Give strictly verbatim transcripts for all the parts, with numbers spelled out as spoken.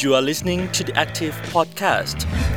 You are listening to the Active Podcast.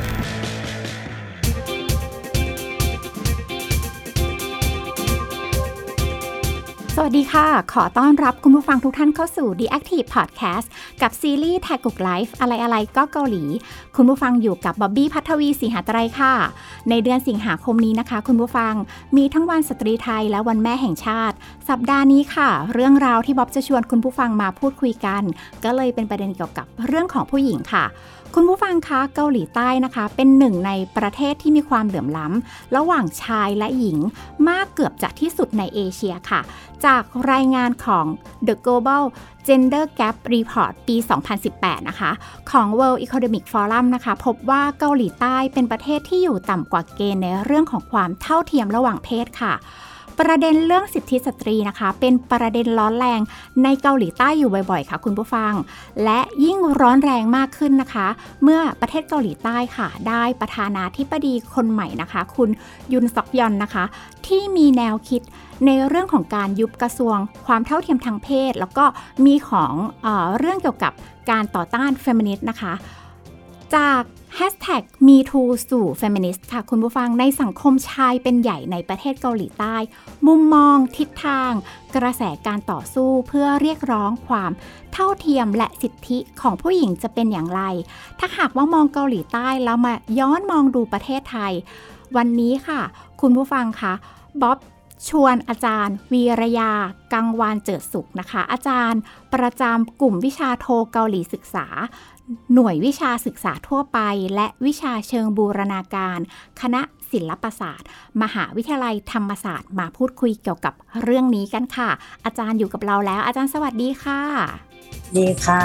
สวัสดีค่ะขอต้อนรับคุณผู้ฟังทุกท่านเข้าสู่ The Active Podcast กับซีรีส์แท็กกุกไลฟ์อะไรๆก็เกาหลีคุณผู้ฟังอยู่กับบ๊อบบี้ภัทวีศรีหาไตรค่ะในเดือนสิงหาคมนี้นะคะคุณผู้ฟังมีทั้งวันสตรีไทยและวันแม่แห่งชาติสัปดาห์นี้ค่ะเรื่องราวที่บ๊อบจะชวนคุณผู้ฟังมาพูดคุยกันก็เลยเป็นประเด็นเกี่ยวกับเรื่องของผู้หญิงค่ะคุณผู้ฟังคะเกาหลีใต้นะคะเป็นหนึ่งในประเทศที่มีความเหลื่อมล้ำระหว่างชายและหญิงมากเกือบจะที่สุดในเอเชียค่ะจากรายงานของ The Global Gender Gap Report ปี สองพันสิบแปด นะคะของ World Economic Forum นะคะพบว่าเกาหลีใต้เป็นประเทศที่อยู่ต่ำกว่าเกณฑ์ในเรื่องของความเท่าเทียมระหว่างเพศค่ะประเด็นเรื่องสิทธิสตรีนะคะเป็นประเด็นร้อนแรงในเกาหลีใต้อยู่บ่อยๆค่ะคุณผู้ฟังและยิ่งร้อนแรงมากขึ้นนะคะเมื่อประเทศเกาหลีใต้ค่ะได้ประธานาธิบดีคนใหม่นะคะคุณยุนซอกยอนนะคะที่มีแนวคิดในเรื่องของการยุบกระทรวงความเท่าเทียมทางเพศแล้วก็มีของเอ่อเรื่องเกี่ยวกับการต่อต้านเฟมินิสต์นะคะจากแฮชแท็ก มีทู สู่ Feminist ค่ะคุณผู้ฟังในสังคมชายเป็นใหญ่ในประเทศเกาหลีใต้มุมมองทิศทางกระแสการต่อสู้เพื่อเรียกร้องความเท่าเทียมและสิทธิของผู้หญิงจะเป็นอย่างไรถ้าหากว่ามองเกาหลีใต้แล้วมาย้อนมองดูประเทศไทยวันนี้ค่ะคุณผู้ฟังคะบ๊อบชวนอาจารย์วีรยากังวานเจิดสุขนะคะอาจารย์ประจำกลุ่มวิชาโทเกาหลีศึกษาหน่วยวิชาศึกษาทั่วไปและวิชาเชิงบูรณาการคณะศิลปศาสตร์มหาวิทยาลัยธรรมศาสตร์มาพูดคุยเกี่ยวกับเรื่องนี้กันค่ะอาจารย์อยู่กับเราแล้วอาจารย์สวัสดีค่ะดีค่ะ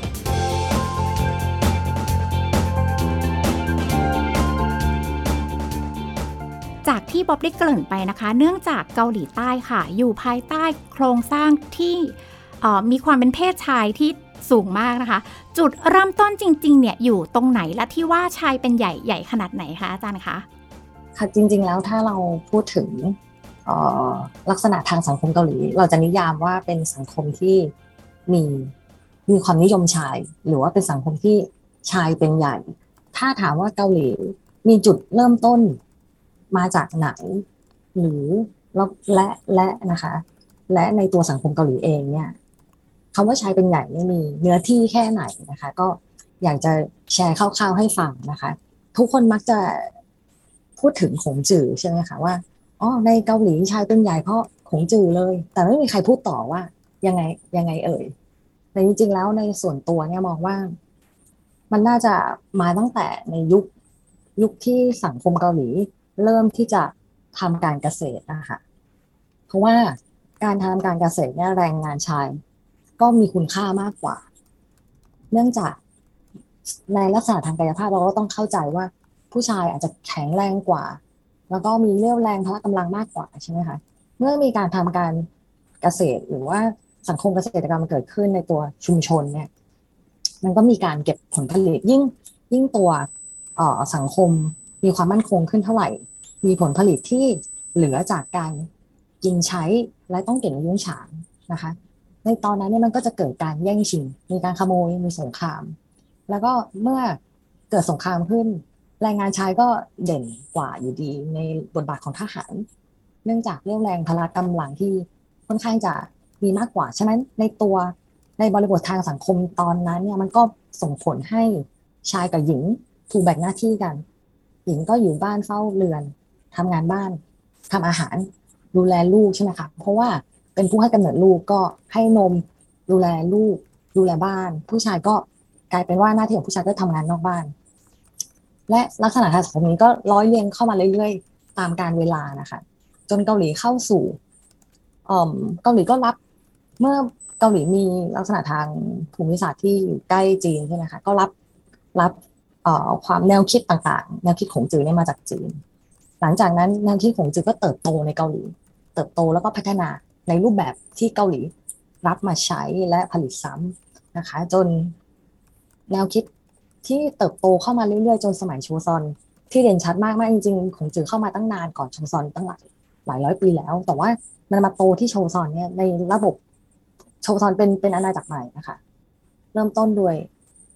จากที่บ๊อบได้เกริ่นไปนะคะเนื่องจากเกาหลีใต้ค่ะอยู่ภายใต้โครงสร้างที่มีความเป็นเพศชายที่สูงมากนะคะจุดเริ่มต้นจริงๆเนี่ยอยู่ตรงไหนและที่ว่าชายเป็นใหญ่ใหญ่ขนาดไหนคะอาจารย์คะค่ะจริงๆแล้วถ้าเราพูดถึงลักษณะทางสังคมเกาหลีเราจะนิยามว่าเป็นสังคมที่มีมีความนิยมชายหรือว่าเป็นสังคมที่ชายเป็นใหญ่ถ้าถามว่าเกาหลีมีจุดเริ่มต้นมาจากไหนหรือและและนะคะและในตัวสังคมเกาหลีเองเนี่ยคำว่าชายเป็นใหญ่นี่มีเนื้อที่แค่ไหนนะคะก็อยากจะแชร์คร่าวๆให้ฟังนะคะทุกคนมักจะพูดถึงขงจื่อใช่ไหมคะว่าอ๋อในเกาหลีชายเป็นใหญ่เพราะขงจื่อเลยแต่ไม่มีใครพูดต่อว่ายังไงยังไงเอ่ยแต่จริงๆแล้วในส่วนตัวเนี่ยมองว่ามันน่าจะมาตั้งแต่ในยุคยุคที่สังคมเกาหลีเริ่มที่จะทำการเกษตรนะคะเพราะว่าการทำการเกษตรเนี่ยแรงงานชายก็มีคุณค่ามากกว่าเนื่องจากในลักษณะทางกายภาพเราก็ต้องเข้าใจว่าผู้ชายอาจจะแข็งแรงกว่าแล้วก็มีเรี่ยวแรงพละกำลังมากกว่าใช่ไหมคะเมื่อมีการทำการเกษตรหรือว่าสังคมเกษตรกรรมมันเกิดขึ้นในตัวชุมชนเนี่ยมันก็มีการเก็บผลผลิตยิ่งยิ่งตัวเอ่อสังคมมีความมั่นคงขึ้นเท่าไหร่มีผลผลิตที่เหลือจากการกินใช้และต้องเก็บยุ้งฉางนะคะในตอนนั้นเนี่ยมันก็จะเกิดการแย่งชิงมีการขโมยมีสงครามแล้วก็เมื่อเกิดสงครามขึ้นแรงงานชายก็เด่นกว่าอยู่ดีในบทบาทของทหารเนื่องจากเรี่ยวแรงพละกำลังที่ค่อนข้างจะมีมากกว่าฉะนั้นในตัวในบริบททางสังคมตอนนั้นเนี่ยมันก็ส่งผลให้ชายกับหญิงถูกแบ่งหน้าที่กันหญิงก็อยู่บ้านเฝ้าเรือนทำงานบ้านทำอาหารดูแลลูกใช่ไหมคะเพราะว่าเป็นผู้ให้กำเนิดลูกก็ให้นมดูแลลูกดูแลบ้านผู้ชายก็กลายเป็นว่าหน้าที่ของผู้ชายก็ทำงานนอกบ้านและลักษณะทางสังคมนี้ก็ร้อยเรียงเข้ามาเรื่อยๆตามการเวลานะคะจนเกาหลีเข้าสู่เกาหลีก็รับเมื่อเกาหลีมีลักษณะทางภูมิศาสตร์ที่อยู่ใกล้จีนใช่ไหมคะก็รับรับความแนวคิดต่างๆแนวคิดของจื่อเนี่ยมาจากจีนหลังจากนั้นแนวคิดของจื่อก็เติบโตในเกาหลีเติบโตแล้วก็พัฒนาในรูปแบบที่เกาหลีรับมาใช้และผลิตซ้ำนะคะจนแนวคิดที่เติบโตเข้ามาเรื่อยๆจนสมัยโชซอนที่เด่นชัดมากๆจริงๆของจื่อเข้ามาตั้งนานก่อนโชซอนตั้งหลายหลายร้อยปีแล้วแต่ว่ามันมาโตที่โชซอนเนี่ยในระบบโชซอนเป็นเป็นอาณาจักรใหม่นะคะเริ่มต้นด้วย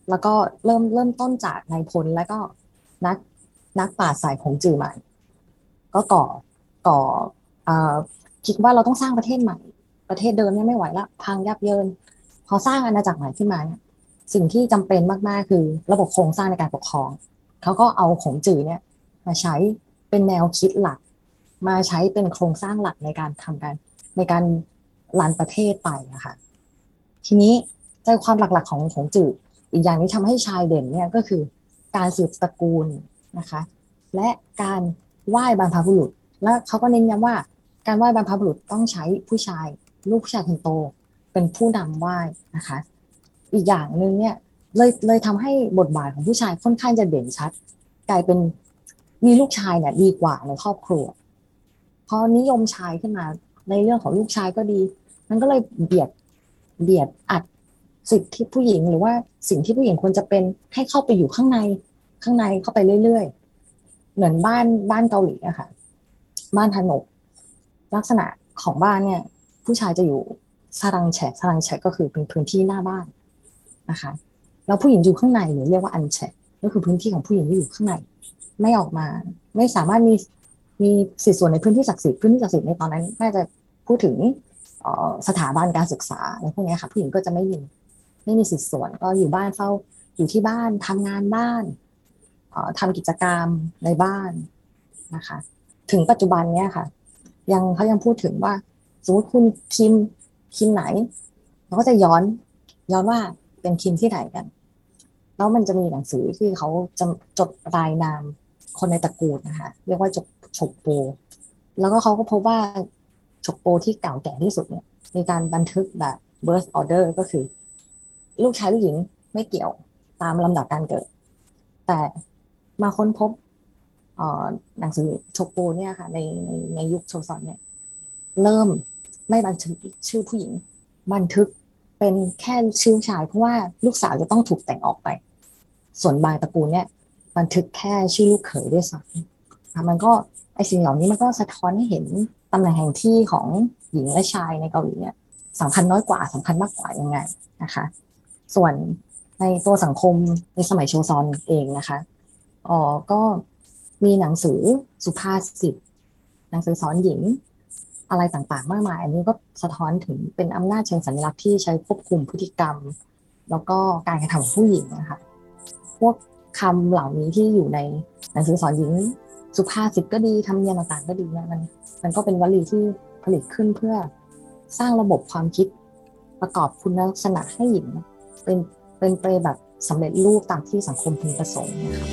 แล้วก็เริ่มเริ่มต้นจากนายพลแล้วก็นักนักปราชญ์สายของจือใหม่ก็ก่อก่อเอ่อคิดว่าเราต้องสร้างประเทศใหม่ประเทศเดิมเนี่ยไม่ไหวละพังยับเยินพอสร้างอาณาจักรใหม่ขึ้นมาเนี่ยสิ่งที่จำเป็นมากๆคือระบบโครงสร้างในการปกครองเขาก็เอาของจือเนี่ยมาใช้เป็นแนวคิดหลักมาใช้เป็นโครงสร้างหลักในการทำการในการรันประเทศไปนะคะทีนี้ใจความหลักๆของของจืออีกอย่างที่ทำให้ชายเด่นเนี่ยก็คือการสืบตระกูลนะคะและการไหว้บรรพบุรุษและเขาก็เน้นย้ำว่าการไหว้บรรพบุรุษต้องใช้ผู้ชายลูกผู้ชายคนโตเป็นผู้นำไหว้นะคะอีกอย่างหนึ่งเนี่ยเลยเลยทำให้บทบาทของผู้ชายค่อนข้างจะเด่นชัดกลายเป็นมีลูกชายเนี่ยดีกว่าในครอบครัวพอนิยมชายขึ้นมาในเรื่องของลูกชายก็ดีมันก็เลยเบียดเบียดอัดสิทธิผู้หญิงหรือว่าสิ่งที่ผู้หญิงควรจะเป็นให้เข้าไปอยู่ข้างในข้างในเข้าไปเรื่อยๆเหมือนบ้านบ้านเกาหลีอะค่ะบ้านฮานกลักษณะของบ้านเนี่ยผู้ชายจะอยู่ซารังแฉะซารังแฉะก็คือเป็นพื้นที่หน้าบ้านนะคะแล้วผู้หญิงอยู่ข้างในหรือเรียกว่าอันแฉะก็คือพื้นที่ของผู้หญิงที่อยู่ข้างในไม่ออกมาไม่สามารถมีมีสิทธิส่วนในพื้นที่ศักดิ์สิทธิ์พื้นที่ศักดิ์สิทธิ์ในตอนนั้นน่าจะพูดถึงสถาบันการศึกษาในพวกนี้ค่ะผู้หญิงก็จะไม่มีไม่มีสิทธิส่วนก็อยู่บ้านเฝ้าอยู่ที่บ้านทำงานบ้านทำกิจกรรมในบ้านนะคะถึงปัจจุบันเนี้ยค่ะยังเขายังพูดถึงว่าสมมติคุณคิมคิมไหนเราก็จะย้อนย้อนว่าเป็นคิมที่ไหนกันแล้วมันจะมีหนังสือที่เขาจะจดรายนามคนในตระกูลนะคะเรียกว่าจดฉกโปแล้วก็เขาก็พบว่าฉกโปที่เก่าแก่ที่สุดเนี่ยมีการบันทึกแบบ birth order ก็คือลูกชายลูกหญิงไม่เกี่ยวตามลำดับการเกิดแต่มาค้นพบหนังสือโชโปเนี่ยค่ะในในในยุคโชซอนเนี่ยเริ่มไม่บันทึกชื่อผู้หญิงบันทึกเป็นแค่ชื่อชายเพราะว่าลูกสาวจะต้องถูกแต่งออกไปส่วนบางตระกูลเนี่ยบันทึกแค่ชื่อลูกเขยด้วยซ้ำมันก็ไอสิ่งเหล่านี้มันก็สะท้อนให้เห็นตำแหน่งแห่งที่ของหญิงและชายในเกาหลีเนี่ยสำคัญน้อยกว่าสำคัญมากกว่ายังไงนะคะส่วนในตัวสังคมในสมัยโชซอนเองนะคะอ๋อก็มีหนังสือสุภาษิตหนังสือสอนหญิงอะไรต่างๆมากมายอันนี้ก็สะท้อนถึงเป็นอำนาจเชิงสัญลักษณ์ที่ใช้ควบคุมพฤติกรรมแล้วก็การกระทำของผู้หญิงนะคะพวกคำเหล่านี้ที่อยู่ในหนังสือสอนหญิงสุภาษิตก็ดีธรรมเนียมต่างๆก็ดีเนี่ยมันมันก็เป็นวลีที่ผลิตขึ้นเพื่อสร้างระบบความคิดประกอบคุณลักษณะให้หญิงเป็นเป็นไปแบบสำเร็จรูปตามที่สังคมพึงประสงค์นะคะ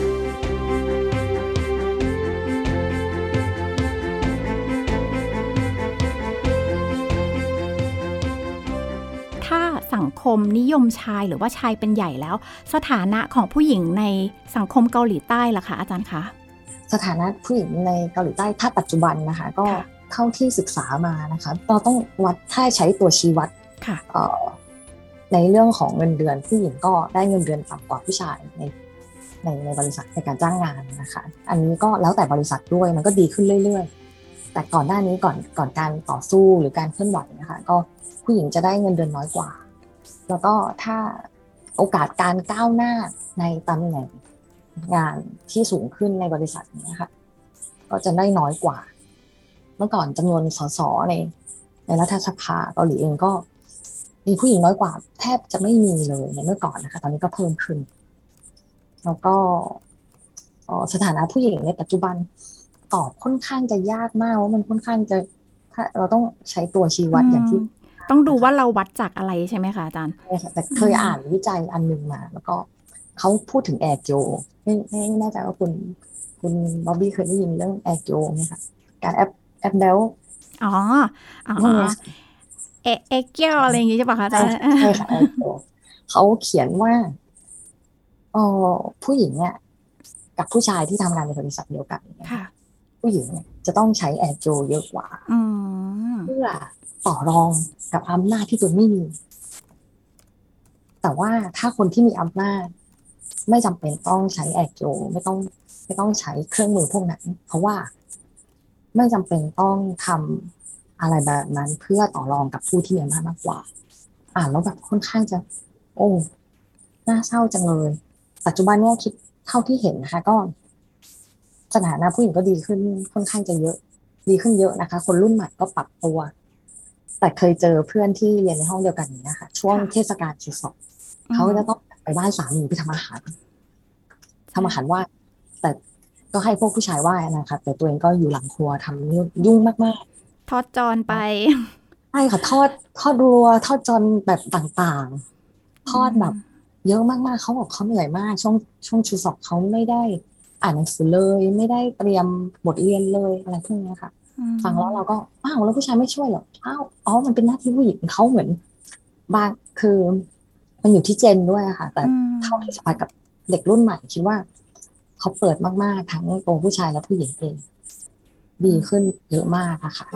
ถ้าสังคมนิยมชายหรือว่าชายเป็นใหญ่แล้วสถานะของผู้หญิงในสังคมเกาหลีใต้ล่ะคะอาจารย์คะสถานะผู้หญิงในเกาหลีใต้ถ้าปัจจุบันนะคะก็เท่าที่ศึกษามานะคะเราต้องวัดถ้าใช้ตัวชี้วัดในเรื่องของเงินเดือนผู้หญิงก็ได้เงินเดือนต่ำกว่าผู้ชายในในในบริษัทในการจ้างงานนะคะอันนี้ก็แล้วแต่บริษัทด้วยมันก็ดีขึ้นเรื่อยๆแต่ก่อนหน้านี้ก่อนก่อนการต่อสู้หรือการเคลื่อนไหวนะคะก็ผู้หญิงจะได้เงินเดือนน้อยกว่าแล้วก็ถ้าโอกาสการก้าวหน้าในตำแหน่งงานที่สูงขึ้นในบริษัทนี้ค่ะก็จะได้น้อยกว่าเมื่อก่อนจำนวนสสในในรัฐสภาเกาหลีเองก็มีผู้หญิงน้อยกว่าแทบจะไม่มีเลยในเมื่อก่อนนะคะตอนนี้ก็เพิ่มขึ้นแล้วก็สถานะผู้หญิงในปัจจุบันตอบค่อนข้างจะยากมากว่ามันค่อนข้างจะถ้าเราต้องใช้ตัวชี้วัดอย่างที่ต้องดูว่าเราวัดจากอะไรใช่ไหมคะอาจารย์ใช่ค่ะแต่เคยอ่านวิจัยอันนึงมาแล้วก็เขาพูดถึงแอร์โจไม่ไม่แน่ใจว่าคุณคุณบ๊อบบี้เคยได้ยินเรื่องแอร์โจไหมคะการแอปแอปเดลอ๋ออ๋อเอเอเกียวอะไรอย่างงี้ใช่ป่ะคะอาจารย์ใช่ค่ะแอร์โจเขาเขียนว่าอ๋อผู้หญิงเนี่ยกับผู้ชายที่ทำงานในบริษัทเดียวกันผู้หญิงเนี่ยจะต้องใช้แอร์โจเยอะกว่าเพื่อต่อรองกับอำนาจที่ตัวไม่มีแต่ว่าถ้าคนที่มีอำนาจไม่จำเป็นต้องใช้แอร์โจไม่ต้องไม่ต้องใช้เครื่องมือพวกนั้นเพราะว่าไม่จำเป็นต้องทำอะไรแบบนั้นเพื่อต่อรองกับผู้ที่มีอำนาจมากกว่าอ่านแล้วแบบค่อนข้างจะโอ้น่าเศร้าจังเลยปัจจุบันเนี่ยคิดเท่าที่เห็นนะคะก็สถานะผู้หญิงก็ดีขึ้นค่อนข้างจะเยอะดีขึ้นเยอะนะคะคนรุ่นใหม่ก็ปรับตัวแต่เคยเจอเพื่อนที่เรียนในห้องเดียวกันนี้นะคะช่วงเทศกาลจุดสอบเขาจะต้องไปบ้านสามีไปทำอาหารทำอาหารว่าแต่ก็ให้พวกผู้ชายว่านะคะแต่ตัวเองก็อยู่หลังครัวทำยุ่งมากๆทอดจอนไปใช่ค่ะทอดทอดรัวทอดจอนแบบต่างๆทอดแบบเยอะมากๆเขาบอกเขาเหนื่อยมากช่วงช่วงชูสอบเขาไม่ได้อ่านหนังสือเลยไม่ได้เตรียมบทเรียนเลยอะไรพวกนี้ค่ะฟังแล้วเราก็อ้าวแล้วผู้ชายไม่ช่วยเหรออ้าวอ๋อมันเป็นหน้าที่ผู้หญิงเขาเหมือนบางคือมันอยู่ที่เจนด้วยค่ะแต่เท่าที่สัมผัสกับเด็กรุ่นใหม่คิดว่าเขาเปิดมากๆทั้งตัวผู้ชายและผู้หญิงเองดีขึ้นเยอะมากอะค่ะ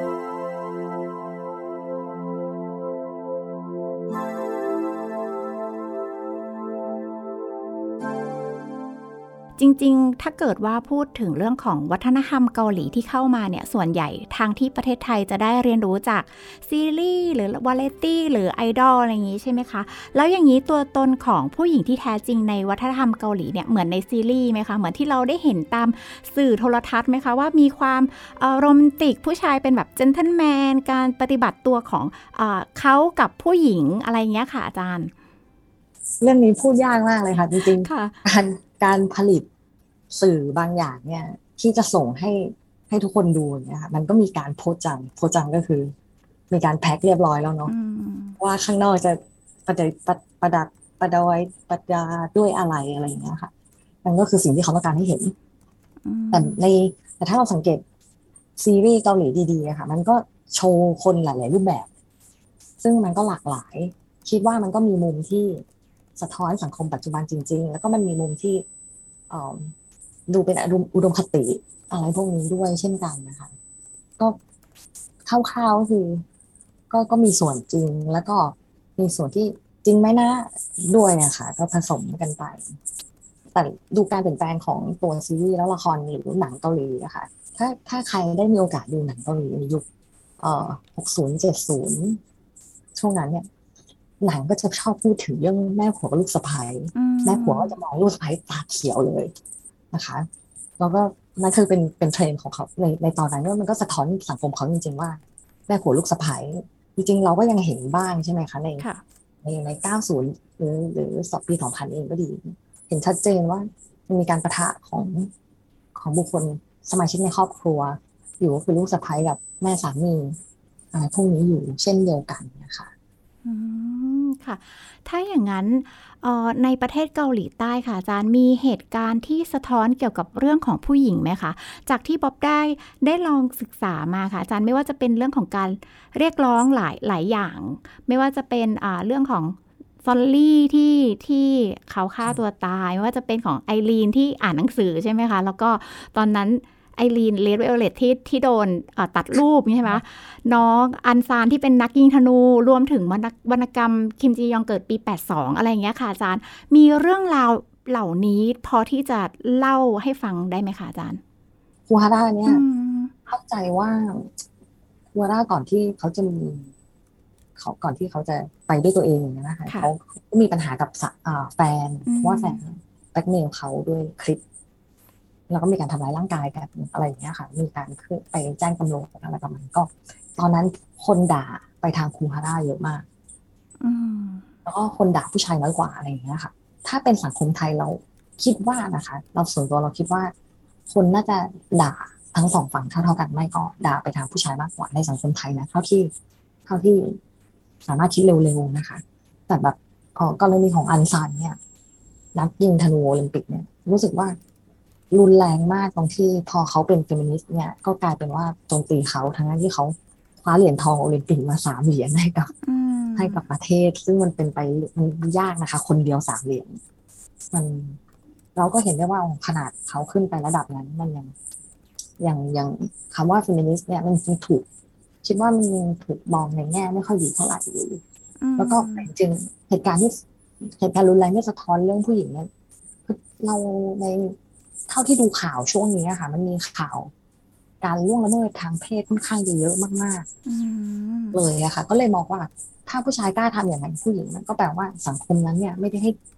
จริงๆถ้าเกิดว่าพูดถึงเรื่องของวัฒนธรรมเกาหลีที่เข้ามาเนี่ยส่วนใหญ่ทางที่ประเทศไทยจะได้เรียนรู้จากซีรีส์หรือวาไรตี้หรือไอดอลอะไรอย่างนี้ใช่ไหมคะแล้วอย่างนี้ตัวตนของผู้หญิงที่แท้จริงในวัฒนธรรมเกาหลีเนี่ยเหมือนในซีรีส์ไหมคะเหมือนที่เราได้เห็นตามสื่อโทรทัศน์ไหมคะว่ามีความโรแมนติกผู้ชายเป็นแบบเจนเทิลแมนการปฏิบัติตัวของเอ่อเขากับผู้หญิงอะไรเงี้ยค่ะอาจารย์เรื่องนี้พูดยากมากเลยค่ะจริงๆการการผลิตสื่อบางอย่างเนี่ยที่จะส่งให้ให้ทุกคนดูเนี่ยค่ะมันก็มีการโพสจังโพสจังก็คือมีการแพ็คเรียบร้อยแล้วเนาะว่าข้างนอกจะประดับประดับประดอยประดาด้วยอะไรอะไรอย่างเงี้ยค่ะมันก็คือสิ่งที่เขาต้องการให้เห็นแต่ในแต่ถ้าเราสังเกตซีรีส์เกาหลีดีๆค่ะมันก็โชว์คนหลายๆรูปแบบซึ่งมันก็หลากหลายคิดว่ามันก็มีมุมที่สะท้อนสังคมปัจจุบันจริงๆแล้วก็มันมีมุมที่ดูเป็นอุดมคติอะไรพวกนี้ด้วยเช่นกันนะคะก็คร่าวๆก็คือก็ก็มีส่วนจริงแล้วก็มีส่วนที่จริงไหมนะด้วยนะคะก็ผสมกันไปแต่ดูการเปลี่ยนแปลงของตัวซีรีส์แล้วละครหรือหนังเกาหลีอะค่ะถ้าถ้าใครได้มีโอกาสดูหนังเกาหลีในยุคเอ่อหกสิบ เจ็ดสิบช่วงนั้นเนี่ยหนังก็จะชอบพูดถึงเรื่องแม่ผัวกับลูกสะใภ้แม่ผัวก็จะมองลูกสะใภ้ตาเขียวเลยนะคะแล้วก็นั่นคือเป็นเป็นเทรนด์ของเขาในในตอนนั้นมันก็สะท้อนสังคมเขาจริงๆว่าแม่ผัวลูกสะใภ้จริงๆเราก็ยังเห็นบ้างใช่ไหมคะในในในเก้าสิบหรือหรือสองปีสองพันเองก็ดีเห็นชัดเจนว่ามันมีการปะทะของของบุคคลสมาชิกในครอบครัวอยู่ก็คือลูกสะใภ้กับแม่สามีอะไรพวกนี้อยู่เช่นเดียวกันนะคะอืมค่ะถ้าอย่างนั้นในประเทศเกาหลีใต้ค่ะอาจารย์มีเหตุการณ์ที่สะท้อนเกี่ยวกับเรื่องของผู้หญิงไหมคะจากที่บ๊อบได้ได้ลองศึกษามาค่ะอาจารย์ไม่ว่าจะเป็นเรื่องของการเรียกร้องหลายหลายอย่างไม่ว่าจะเป็นเรื่องของซอลลี่ที่ที่เขาฆ่าตัวตายไม่ว่าจะเป็นของไอรีนที่อ่านหนังสือใช่ไหมคะแล้วก็ตอนนั้นไอรีนเลดไวโอเลตที่ที่โดนตัดรูปใช่ไหมน้องอันซานที่เป็นนักยิงธนูรวมถึงวรรณกรรมคิมจียองเกิดปีแปดสิบสองอะไรอย่างเงี้ยค่ะอาจารย์มีเรื่องราวเหล่านี้พอที่จะเล่าให้ฟังได้ไหมคะอาจารย์คูฮาร่าเนี่ยเข้าใจว่าคูฮาร่าก่อนที่เขาจะมีเขาก่อนที่เขาจะไปด้วยตัวเองนะคะเขาก็มีปัญหากับแฟนเพราะว่าแฟนแบล็คเมลเขาด้วยคลิปแล้วก็มีการทำร้ายร่างกายกันอะไรอย่างเงี้ยค่ะมีการไปแจ้งตำรวจอะไรประมาณก็ตอนนั้นคนด่าไปทางคูฮาร่าเยอะมากแล้วก็คนด่าผู้ชายน้อยกว่าอะไรอย่างเงี้ยค่ะถ้าเป็นสังคมไทยเราคิดว่านะคะเราส่วนตัวเราคิดว่าคนน่าจะด่าทั้งสองฝั่งเท่าๆกันไม่ก็ด่าไปทางผู้ชายมากกว่าในสังคมไทยนะเท่าที่เท่าที่สามารถคิดเร็วๆนะคะแต่แบบกรณีของอันซานเนี่ยนักยิงธนูโอลิมปิกเนี่ยรู้สึกว่ารุนแรงมากตรงที่พอเขาเป็นเฟมินิสต์เนี่ยก็กลายเป็นว่าโจมตีเขาทั้งนั้นที่เขาคว้าเหรียญทองโอลิมปิกมาสามเหรียญให้กับให้กับประเทศซึ่งมันเป็นไปมันยากนะคะคนเดียวสามเหรียญมันเราก็เห็นได้ว่าขนาดเขาขึ้นไประดับนั้นมันยังยังยังคำว่าเฟมินิสต์เนี่ยมันถูกคิดว่ามันถูกมองในแง่ไม่ค่อยดีเท่าไหร่แล้วก็จริงเหตุการณ์ที่เหตุการณ์รุนแรงที่สะท้อนเรื่องผู้หญิงเนี่ยคือเราในเท่าที่ดูข่าวช่วงนี้ค่ะมันมีข่าวการล่วงละเมิดทางเพศค่อนข้างเยอะมากๆเลยอะค่ะก็เลยมองว่าถ้าผู้ชายกล้าทำอย่างนั้นผู้หญิงมันก็แปลว่าสังคมนั้นเนี่ยไม่ได้ให้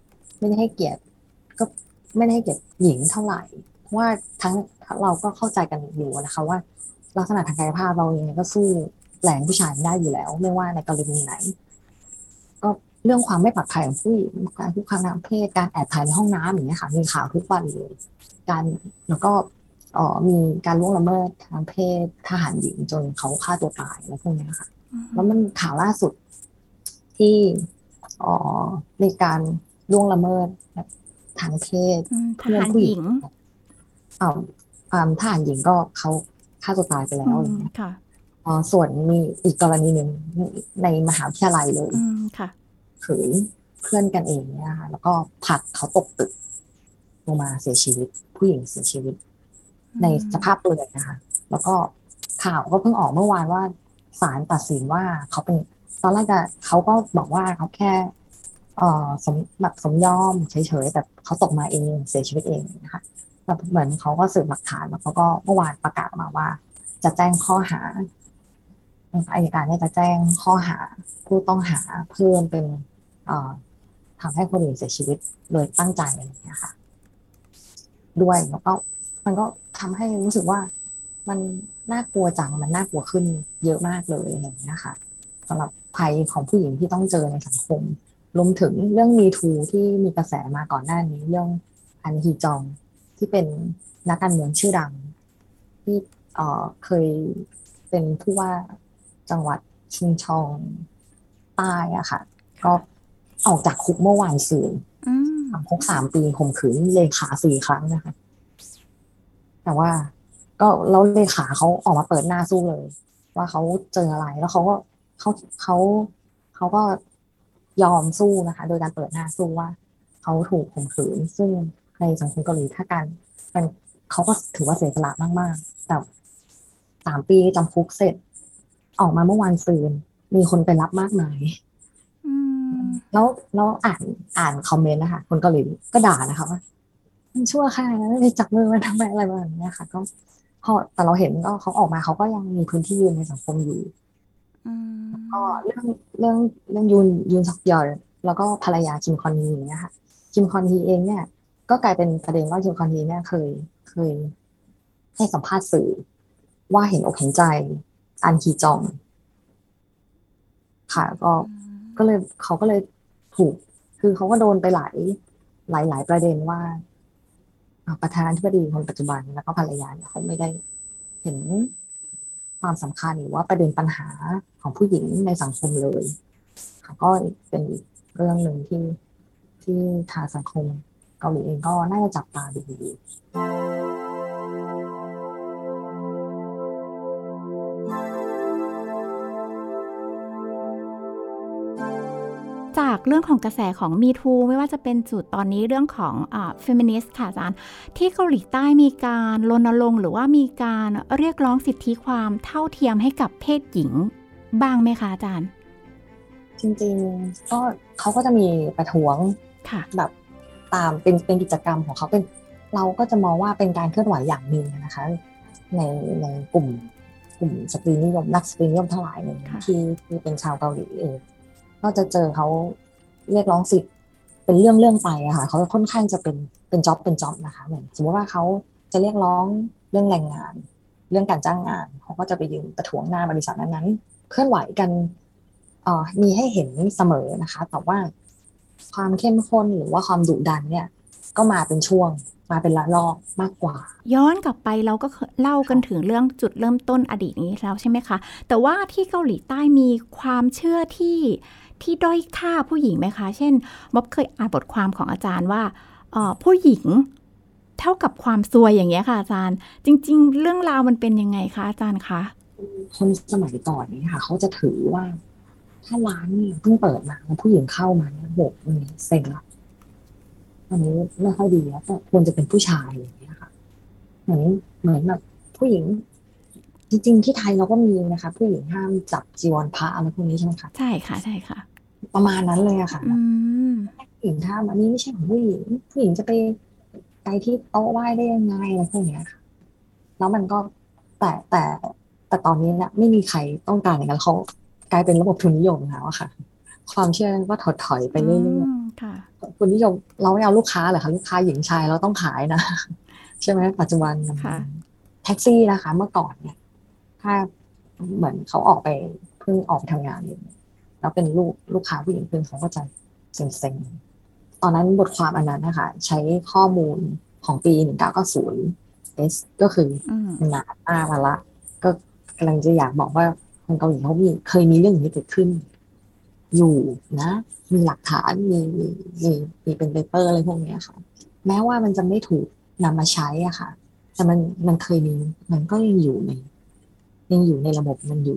ไม่ได้ให้เกียรติก็ไม่ได้ให้เกียรติหญิงเท่าไหร่เพราะว่าทั้งเราก็เข้าใจกันอยู่นะคะว่าลักษณะทางกายภาพเราเองก็สู้แรงผู้ชายไม่ได้อยู่แล้วไม่ว่าในกรณีไหนก็เรื่องความไม่ปลอดภัยของผู้หญิงการคุกคามทางเพศการแอบถ่ายในห้องน้ำอย่างเงี้ยค่ะมีข่าวทุกวันเลยการแล้วก็เอ่อมีการล่วงละเมิดทางเพศทหารหญิงจนเขาฆ่าตัวตายแล้วพวกนี้ค่ะแล้วมันข่าวล่าสุดที่เอ่อในการล่วงละเมิดทางเพศทหารหญิงอ่าอ่าทหารหญิงก็เขาฆ่าตัวตายไปแล้วอะไรเงี้ยค่ะอ๋อส่วนมีอีกกรณีหนึ่งในมหาวิทยาลัยเลยค่ะขืนเพื่อนกันเองเนี่ยค่ะแล้วก็ผลักเขาตกตึกลงมาเสียชีวิตผู้หญิงเสียชีวิตในสภาพเปลือยนะคะแล้วก็ข่าวก็เพิ่งออกเมื่อวานว่าศาลตัดสินว่าเขาเป็นตอนแรกเขาก็บอกว่าเขาแค่เอ่อสมแบบสมยอมเฉยๆแต่เขาตกมาเองเสียชีวิตเองนะคะแบบเหมือนเขาก็สืบหลักฐานแล้วเขาก็เมื่อวานประกาศมาว่าจะแจ้งข้อหาอัยการเนี่ยจะแจ้งข้อหาผู้ต้องหาเพิ่มเป็นเอ่อทำให้คนอื่นเสียชีวิตโดยตั้งใจอะไรอย่างเงี้ยค่ะด้วยแล้วก็มันก็ทำให้รู้สึกว่ามันน่ากลัวจังมันน่ากลัวขึ้นเยอะมากเลยอย่างเงี้ยค่ะสำหรับภัยของผู้หญิงที่ต้องเจอในสังคมรวมถึงเรื่องมีทูที่มีกระแสมาก่อนหน้านี้เรื่องอันฮีจองที่เป็นนักการเมืองชื่อดังที่เอ่อเคยเป็นผู้ว่าจังหวัดชุมชองใต้อะค่ะก็ออกจากคุกเมื่อวานซืนคุกสามปีข่มขืนเลขาสี่ครั้งนะคะแต่ว่าก็แล้วเลขาเขาออกมาเปิดหน้าสู้เลยว่าเขาเจออะไรแล้วเขาก็เขาเขาเขาก็ยอมสู้นะคะโดยการเปิดหน้าสู้ว่าเขาถูกข่มขืนซึ่งในสังคมเกาหลีถ้าการเป็นเขาก็ถือว่าเสียสละมากๆแต่สามปีจำคุกเสร็จออกมาเมื่อวานซืนมีคนไปรับมากมายแล้วแล้วอ่านอ่านคอมเมนต์นะคะคนเกาหลีก็ด่านะคะว่ามันชั่วค่ะไม่ไปจับมือมันทำไมอะไรแบบนี้ค่ะก็พอแต่เราเห็นก็เขาออกมาเขาก็ยังมีพื้นที่ยืนในสังคมอยู่ก็เรื่องเรื่องเรื่องยูนยูนซ็อกยอลแล้วก็ภรรยาคิมคอนฮีเนี่ยค่ะคิมคอนฮีเองเนี่ยก็กลายเป็นประเด็นว่าคิมคอนฮีเนี่ยเคยเคยให้สัมภาษณ์สื่อว่าเห็นอกเห็นใจอันฮีจองค่ะก็ก็เลยเขาก็เลยถูกคือเขาก็โดนไปหลายหลายหลายประเด็นว่าประธานาธิบดีคนปัจจุบันแล้วก็ภรรยาเนี่ยเขาไม่ได้เห็นความสำคัญหรือว่าประเด็นปัญหาของผู้หญิงในสังคมเลยก็เป็นอีกเรื่องหนึ่งที่ที่ทางสังคมเกาหลีเองก็น่าจะจับตาดูดีจากเรื่องของกระแสของ Me Too ไม่ว่าจะเป็นจุดตอนนี้เรื่องของอ่า Feminist ค่ะอาจารย์ที่เกาหลีใต้มีการรณรงค์หรือว่ามีการเรียกร้องสิทธิความเท่าเทียมให้กับเพศหญิงบ้างไหมคะอาจารย์จริงๆก็เขาก็จะมีประท้วงแบบตามเป็นเป็นกิจกรรมของเขาเป็นเราก็จะมองว่าเป็นการเคลื่อนไหวอย่างหนึ่งนะคะในในกลุ่มกลุ่มสตรีนิยมนักสตรีนิยมทั้งหลายเนี่ยที่ที่เป็นชาวเกาหลีเองก็จะเจอเขาเรียกร้องสิทธิ์เป็นเรื่องเรื่องไปอะค่ะเขาค่อนข้างจะเป็นเป็นจ็อบเป็นจ็อบนะคะเหมือนสมมติว่าเขาจะเรียกร้องเรื่องแรงงานเรื่องการจ้างงานเขาก็จะไปยืนประท้วงหน้าบริษัทนั้นๆเคลื่อนไหวกันเอ่อมีให้เห็นเสมอนะคะแต่ว่าความเข้มข้นหรือว่าความดุดันเนี่ยก็มาเป็นช่วงมาเป็นละลอกมากกว่าย้อนกลับไปเราก็เล่ากันถึงเรื่องจุดเริ่มต้นอดีตนี้แล้วใช่ไหมคะแต่ว่าที่เกาหลีใต้มีความเชื่อที่ที่ด้อยค่าผู้หญิงไหมคะเช่นม็อบเคยอ่านบทความของอาจารย์ว่าผู้หญิงเท่ากับความซวยอย่างเงี้ยค่ะอาจารย์จริงๆเรื่องราวมันเป็นยังไงคะอาจารย์คะคนสมัยก่อนนี่ค่ะเขาจะถือว่าถ้าร้านเนี่ยเพิ่งเปิดมาแล้วผู้หญิงเข้ามาเนี่ยโบกมันเซ็งละอันนี้ไม่ค่อยดีแล้วแต่ควรจะเป็นผู้ชายอย่างเงี้ยค่ะเหมือนเหมือนแบบผู้หญิงจริงๆที่ไทยเราก็มีนะคะผู้หญิงห้ามจับจีวรพระอะไรพวกนี้ใช่ไหมคะใช่ค่ะใช่ค่ะประมาณนั้นเลยอะค่ะผู้หญิงห้ามอันนี้ไม่ใช่ของผู้หญิงผู้หญิงจะไปไปที่โต๊ะไหว้ได้ยังไงอะไรพวกนี้ค่ะแล้วมันก็แต่แต่แต่ตอนนี้เนี่ยไม่มีใครต้องการอย่างนั้นเขากลายเป็นระบบทุนนิยมแล้วอะค่ะความเชื่อก็ถดถอยไปเรื่อยค่ะคุณนิยมเราไม่เอาลูกค้าเหรอคะลูกค้าหญิงชายเราต้องขายนะใช่ไหมปัจจุบันแท็กซี่นะคะเมื่อก่อนเนี่ยถ้าเหมือนเขาออกไปเพิ่งออกไปทำงานอยู่แล้วเป็นลูกลูกค้าผู้หญิงเพิ่งเขาก็จะเซ็งๆตอนนั้นบทความอันนั้นนะคะใช้ข้อมูลของปีหนึ่งเก้าเก้าศูนย์ S ก็คือนานมากมาละก็กำลังจะอยากบอกว่าคนเกาหลีเขามีเคยมีเรื่องอย่างนี้เกิดขึ้นอยู่นะมีหลักฐานมีมีมีมีเป็นเปเปอร์อะไรพวกนี้ค่ะแม้ว่ามันจะไม่ถูกนำมาใช้อ่ะค่ะแต่มันมันเคยมีมันก็ยังอยู่ในยังอยู่ในระบบมันอยู่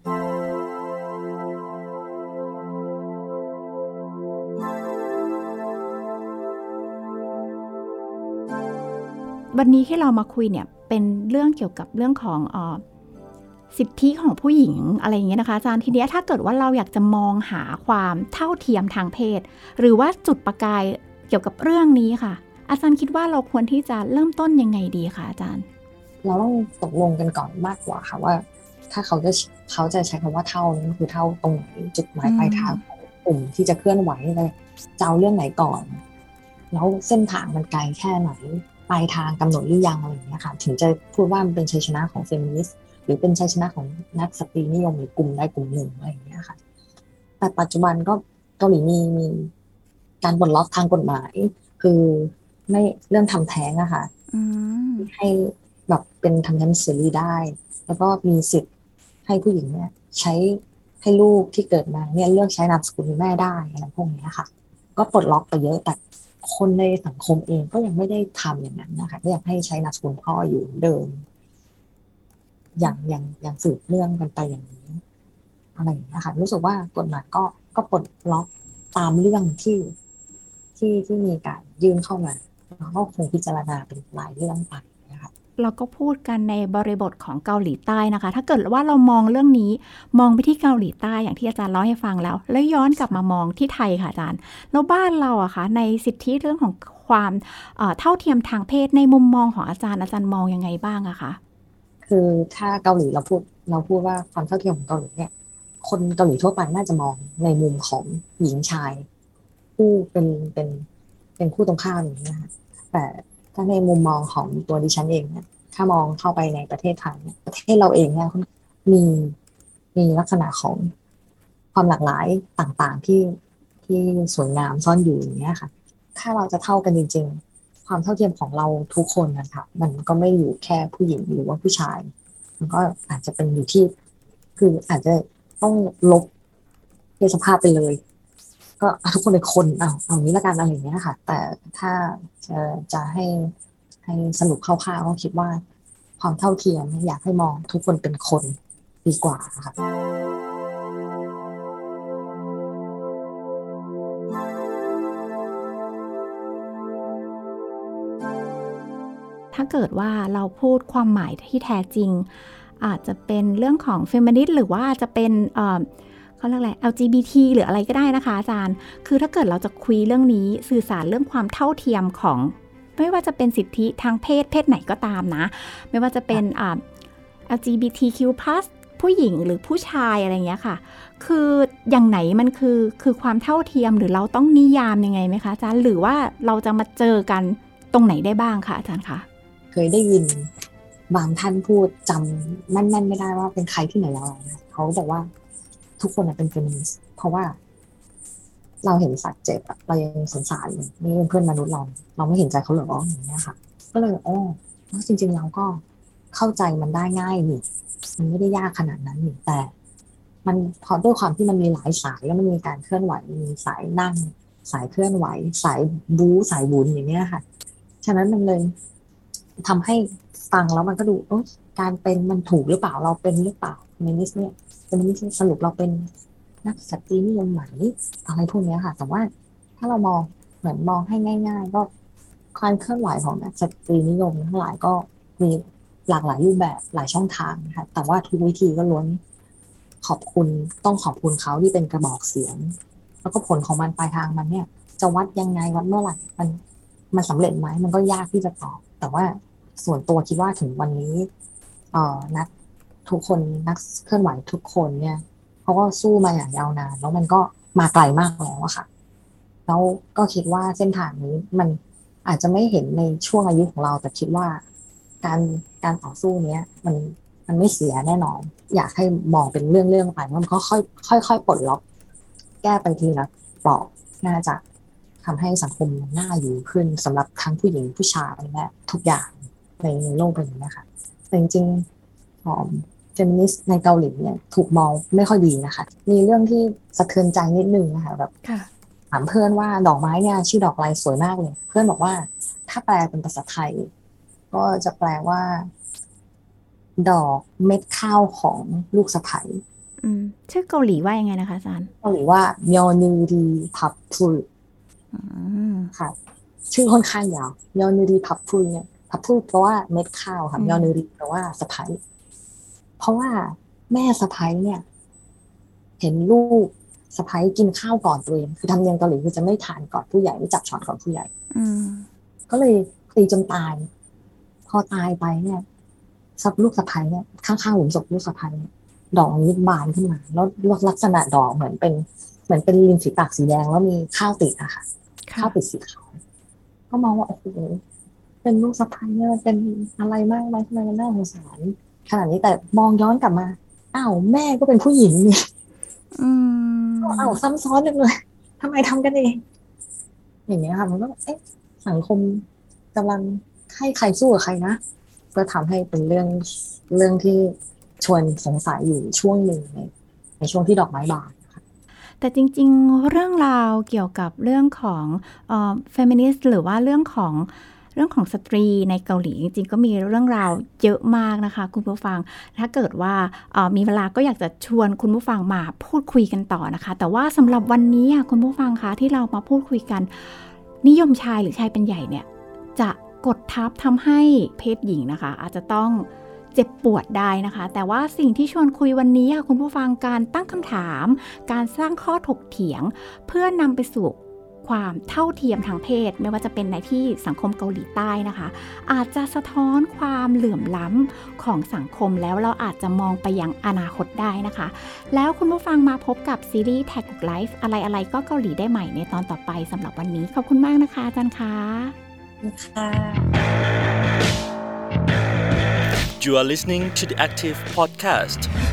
วันนี้ที่เรามาคุยเนี่ยเป็นเรื่องเกี่ยวกับเรื่องของเอ่อสิทธิของผู้หญิงอะไรอย่างเงี้ยนะคะอาจารย์ทีเนี้ยถ้าเกิดว่าเราอยากจะมองหาความเท่าเทียมทางเพศหรือว่าจุดประกายเกี่ยวกับเรื่องนี้ค่ะอาจารย์คิดว่าเราควรที่จะเริ่มต้นยังไงดีคะอาจารย์เราต้องตกลงกันก่อนมากกว่าค่ะว่าถ้าเขาจะเขาจะใช้คำว่าเท่านั้นคือเท่าตรงไหนจุดหมายปลายทางของกลุ่มที่จะเคลื่อนไหวเลยจะเอาเรื่องไหนก่อนแล้วเส้นทางมันไกลแค่ไหนปลายทางกำหนดหรือยังอะไรอย่างเงี้ยค่ะถึงจะพูดว่ามันเป็นชัยชนะของเฟมินิสต์หรือเป็นชัยชนะของนักสตรีนิยมหรือกลุ่มใดกลุ่มหนึ่งอะไรอย่างเงี้ยค่ะแต่ปัจจุบันก็เกาหลีมีมีการปลดล็อกทางกฎหมายคือไม่เรื่องทำแท้งอะค่ะให้แบบเป็นทำแท้งเสรีได้แล้วก็มีสิทธิ์ให้ผู้หญิงเนี่ยใช้ให้ลูกที่เกิดมาเนี่ยเลือกใช้นามสกุลแม่ได้อะไรพวกนี้ค่ะก็ปลดล็อกไปเยอะแต่คนในสังคมเองก็ยังไม่ได้ทำอย่างนั้นนะคะก็อยากให้ใช้นามสกุลพ่ออยู่เดิมอย่างอย่างอย่างสืบเนื่องกันไปอย่างนี้อะไรอย่างนี้ค่ะรู้สึกว่ากฎหมายก็ก็ปลดล็อกตามเรื่องที่ที่ที่มีการยื่นเข้ามาแล้วก็คงพิจารณาเป็นรายเรื่องไปนะคะเราก็พูดกันในบริบทของเกาหลีใต้นะคะถ้าเกิดว่าเรามองเรื่องนี้มองไปที่เกาหลีใต้อย่างที่อาจารย์เล่าให้ฟังแล้วแล้วย้อนกลับมามองที่ไทยค่ะอาจารย์แล้วบ้านเราอะคะในสิทธิเรื่องของความเท่าเทียมทางเพศในมุมมองของอาจารย์อาจารย์มองยังไงบ้างอะคะคือถ้าเกาหลีเราพูดเราพูดว่าความเท่าเทียมของเกาหลีเนี่ยคนเกาหลีทั่วไปน่าจะมองในมุมของหญิงชายผู้เป็นเป็นเป็นคู่ตรงข้ามอย่างนี้นะคะแต่ถ้าในมุมมองของตัวดิฉันเองเนี่ยถ้ามองเข้าไปในประเทศไทยเนี่ยประเทศเราเองเนี่ยมีมีลักษณะของความหลากหลายต่างๆที่ที่สวยงามซ่อนอยู่อย่างนี้ค่ะถ้าเราจะเท่ากันจริงๆความเท่าเทียมของเราทุกคนนะคะมันก็ไม่อยู่แค่ผู้หญิงหรือว่าผู้ชายมันก็อาจจะเป็นอยู่ที่คืออาจจะต้องลบเพศสภาพไปเลยก็ทุกคนเป็นคนเอาเอานี้ละกันอะไรอย่างเงี้ยค่ะแต่ถ้าจะจะให้ให้สรุปคร่าวๆก็คิดว่าความเท่าเทียมอยากให้มองทุกคนเป็นคนดีกว่าค่ะถ้าเกิดว่าเราพูดความหมายที่แท้จริงอาจจะเป็นเรื่องของเฟมินิสต์หรือว่าจะเป็นเอ่อเขาเรียกอะไร แอล จี บี ที หรืออะไรก็ได้นะคะอาจารย์คือถ้าเกิดเราจะคุยเรื่องนี้สื่อสารเรื่องความเท่าเทียมของไม่ว่าจะเป็นสิทธิทางเพศเพศไหนก็ตามนะไม่ว่าจะเป็นอ่า แอล จี บี ที คิว พลัส ผู้หญิงหรือผู้ชายอะไรเงี้ยค่ะคืออย่างไหนมันคือคือความเท่าเทียมหรือเราต้องนิยามยังไงไหมคะอาจารย์หรือว่าเราจะมาเจอกันตรงไหนได้บ้างคะอาจารย์คะเคยได้ยินบางท่านพูดจำแม่นๆไม่ได้ว่าเป็นใครที่ไหนแล้วนะเขาบอกว่าทุกคนเป็นเฟมินิสต์เพราะว่าเราเห็นสัตว์เจ็บเรายังสงสารเลยนี่เป็นเพื่อนมนุษย์เราเราไม่เห็นใจเขาหรออย่างเงี้ยค่ะก็เลยอ๋อจริงๆเราก็เข้าใจมันได้ง่ายนี่มันไม่ได้ยากขนาดนั้นนี่แต่มันพอด้วยความที่มันมีหลายสายแล้วมันมีการเคลื่อนไหวมีสายนั่งสายเคลื่อนไหวสายบู๊สายบุญอย่างเงี้ยค่ะฉะนั้นมันเลยทำให้ฟังแล้วมันก็ดูเออการเป็นมันถูกหรือเปล่าเราเป็นหรือเปล่าเฟมินิสต์เนี่ยเฟมินิสต์สรุปเราเป็นนักสตรีนิยมไหมอะไรพวกนี้ค่ะแต่ว่าถ้าเรามองเหมือนมองให้ง่ายๆก็การเคลื่อนไหวของนักสตรีนิยมทั้งหลายก็มีหลากหลายรูปแบบหลายช่องทางนะคะแต่ว่าทุกวิธีก็ล้วนขอบคุณต้องขอบคุณเขาที่เป็นกระบอกเสียงแล้วก็ผลของมันปลายทางมันเนี่ยจะวัดยังไงวัดเมื่อไหร่มันมันสำเร็จไหมมันก็ยากที่จะตอบแต่ว่าส่วนตัวคิดว่าถึงวันนี้เอ่อนักทุกคนนักเคลื่อนไหวทุกคนเนี่ยเขาก็สู้มาอย่างยาวนานแล้วมันก็มาไกลมากแล้วอะค่ะแล้วก็คิดว่าเส้นทางนี้มันอาจจะไม่เห็นในช่วงอายุของเราแต่คิดว่าการการต่อสู้เนี้ยมันมันไม่เสียแน่นอนอยากให้มองเป็นเรื่องเรื่องไปมันก็ค่อยค่อยค่อยปลดล็อกแก้ไปทีละเปราะน่าจะทำให้สังคมน่าอยู่ขึ้นสำหรับทั้งผู้หญิงผู้ชายและทุกอย่างในโลกใบนี้นะคะแต่จริงๆของเฟมินิสต์ในเกาหลีเนี่ยถูกมองไม่ค่อยดีนะคะมีเรื่องที่สะเทือนใจนิดนึงนะคะแบบถามเพื่อนว่าดอกไม้เนี่ยชื่อดอกอะไรสวยมากเลยเพื่อนบอกว่าถ้าแปลเป็นภาษาไทยก็จะแปลว่าดอกเม็ดข้าวของลูกสะใภ้ชื่อเกาหลีว่ายังไงนะคะอาจารย์เกาหลีว่ายอนูรีพับพุลค่ะชื่อค่อนข้างยาวยอนูรีพับพุลเนี่ยพับพุลเพราะว่าเม็ดข้าวค่ะยอนูรีแปลว่าสะใภ้เพราะว่าแม่สะใภ้เนี่ยเห็นลูกสะใภ้กินข้าวก่อนตัวเองคือทำเนียมเกาหลีคือจะไม่ทานก่อนผู้ใหญ่ไม่จับช้อนก่อนผู้ใหญ่ก็เลยตีจนตายพอตายไปเนี่ยศพลูกสะใภ้เนี่ยข้างๆหลุมศพลูกสะใภ้เนี่ยดอกนี้บานขึ้นมาแล้วลักษณะดอกเหมือนเป็นเหมือนเป็นริมฝีปากสีแดงแล้วมีข้าวติดอะค่ะข้าวติดสีขาวก็มองว่าโอ้โหเป็นลูกสะใภ้เนี่ยเป็นอะไรมากไหมทำไมมันน่าสงสารขนาดนี้แต่มองย้อนกลับมาอ้าวแม่ก็เป็นผู้หญิงเนี่ยอ้าวซ้ำซ้อนเลยทำไมทำกันเองอย่างเงี้ยค่ะมันก็เอ๊ะสังคมกำลังให้ใครสู้กับใครนะก็ทำให้เป็นเรื่องเรื่องที่ชวนสงสัยอยู่ช่วงหนึ่งในในช่วงที่ดอกไม้บานแต่จริงๆเรื่องราวเกี่ยวกับเรื่องของเอ่อเฟมินิสต์หรือว่าเรื่องของเรื่องของสตรีในเกาหลีจริงๆก็มีเรื่องราวเยอะมากนะคะคุณผู้ฟังถ้าเกิดว่าเอ่อมีเวลาก็อยากจะชวนคุณผู้ฟังมาพูดคุยกันต่อนะคะแต่ว่าสำหรับวันนี้คุณผู้ฟังคะที่เรามาพูดคุยกันนิยมชายหรือชายเป็นใหญ่เนี่ยจะกดทับทำให้เพศหญิงนะคะอาจจะต้องเจ็บปวดได้นะคะแต่ว่าสิ่งที่ชวนคุยวันนี้คุณผู้ฟังการตั้งคำถามการสร้างข้อถกเถียงเพื่อนำไปสู่ความเท่าเทียมทางเพศไม่ว่าจะเป็นในที่สังคมเกาหลีใต้นะคะอาจจะสะท้อนความเหลื่อมล้ำของสังคมแล้วเราอาจจะมองไปยังอนาคตได้นะคะแล้วคุณผู้ฟังมาพบกับซีรีส์ Tag Life อะไรๆก็เกาหลีได้ใหม่ในตอนต่อไปสำหรับวันนี้ขอบคุณมากนะคะอาจารย์คะค่ะ You are listening to the Active Podcast